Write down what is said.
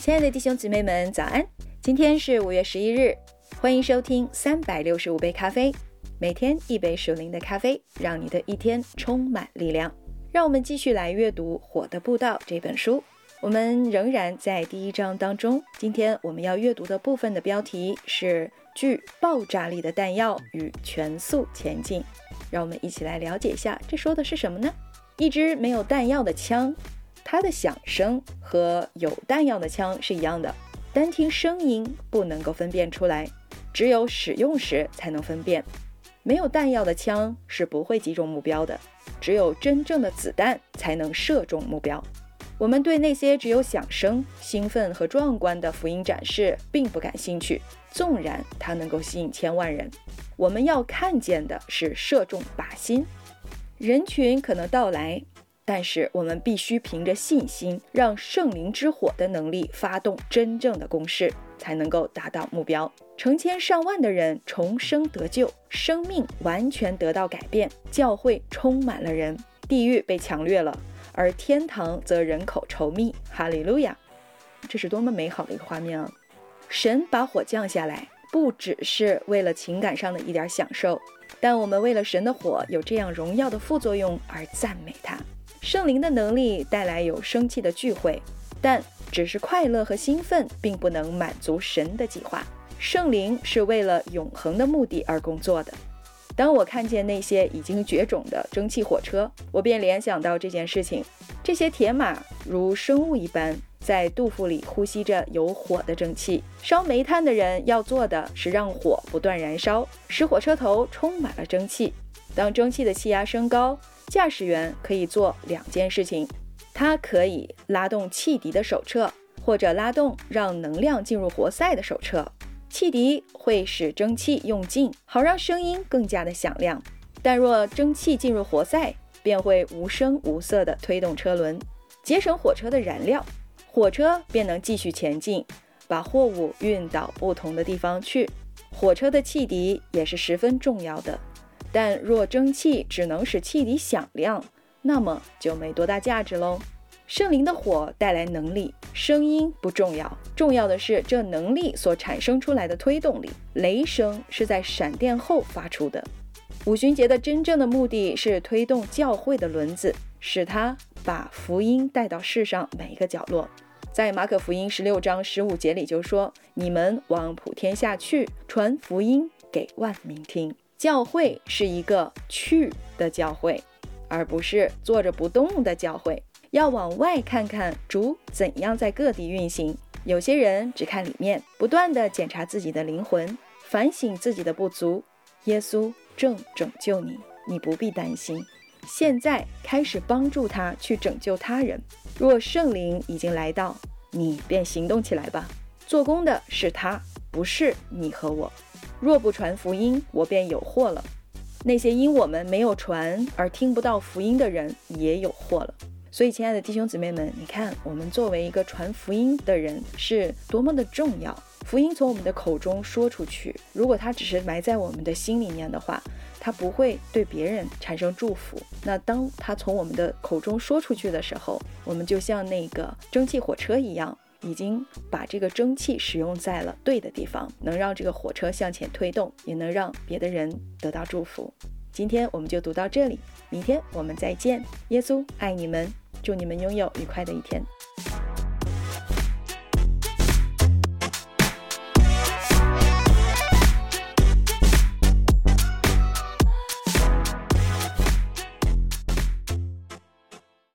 亲爱的弟兄姊妹们，早安！今天是5月11日，欢迎收听365杯咖啡，每天一杯属灵的咖啡，让你的一天充满力量。让我们继续来阅读《火的布道》这本书。我们仍然在第1章当中，今天我们要阅读的部分的标题是具爆炸力的弹药与全速前进。让我们一起来了解一下，这说的是什么呢？一支没有弹药的枪，它的响声和有弹药的枪是一样的，单听声音不能够分辨出来，只有使用时才能分辨。没有弹药的枪是不会击中目标的，只有真正的子弹才能射中目标。我们对那些只有响声、兴奋和壮观的福音展示并不感兴趣，纵然它能够吸引千万人。我们要看见的是射中靶心。人群可能到来，但是我们必须凭着信心，让圣灵之火的能力发动真正的攻势，才能够达到目标。成千上万的人重生得救，生命完全得到改变，教会充满了人，地狱被抢掠了，而天堂则人口稠密。哈利路亚！这是多么美好的一个画面啊！神把火降下来，不只是为了情感上的一点享受，但我们为了神的火有这样荣耀的副作用而赞美他。圣灵的能力带来有生气的聚会，但只是快乐和兴奋并不能满足神的计划。圣灵是为了永恒的目的而工作的。当我看见那些已经绝种的蒸汽火车，我便联想到这件事情。这些铁马如生物一般，在肚腹里呼吸着有火的蒸汽。烧煤炭的人要做的是让火不断燃烧，使火车头充满了蒸汽。当蒸汽的气压升高，驾驶员可以做2件事情，他可以拉动汽笛的手掣，或者拉动让能量进入活塞的手掣。汽笛会使蒸汽用尽，好让声音更加的响亮，但若蒸汽进入活塞，便会无声无色地推动车轮，节省火车的燃料，火车便能继续前进，把货物运到不同的地方去。火车的汽笛也是十分重要的，但若蒸汽只能使汽笛响亮，那么就没多大价值喽。圣灵的火带来能力，声音不重要，重要的是这能力所产生出来的推动力。雷声是在闪电后发出的。五旬节的真正的目的是推动教会的轮子，使它把福音带到世上每一个角落。在马可福音16章15节里就说，你们往普天下去，传福音给万民听。教会是一个去的教会，而不是坐着不动的教会。要往外看看主怎样在各地运行。有些人只看里面，不断地检查自己的灵魂，反省自己的不足。耶稣正拯救你，你不必担心。现在开始帮助他去拯救他人。若圣灵已经来到，你便行动起来吧。做工的是他，不是你和我。若不传福音，我便有祸了。那些因我们没有传而听不到福音的人也有祸了。所以亲爱的弟兄姊妹们，你看我们作为一个传福音的人是多么的重要。福音从我们的口中说出去，如果它只是埋在我们的心里面的话，它不会对别人产生祝福。那当它从我们的口中说出去的时候，我们就像那个蒸汽火车一样，已经把这个蒸汽使用在了对的地方，能让这个火车向前推动，也能让别的人得到祝福。今天我们就读到这里，明天我们再见。耶稣爱你们，祝你们拥有愉快的一天。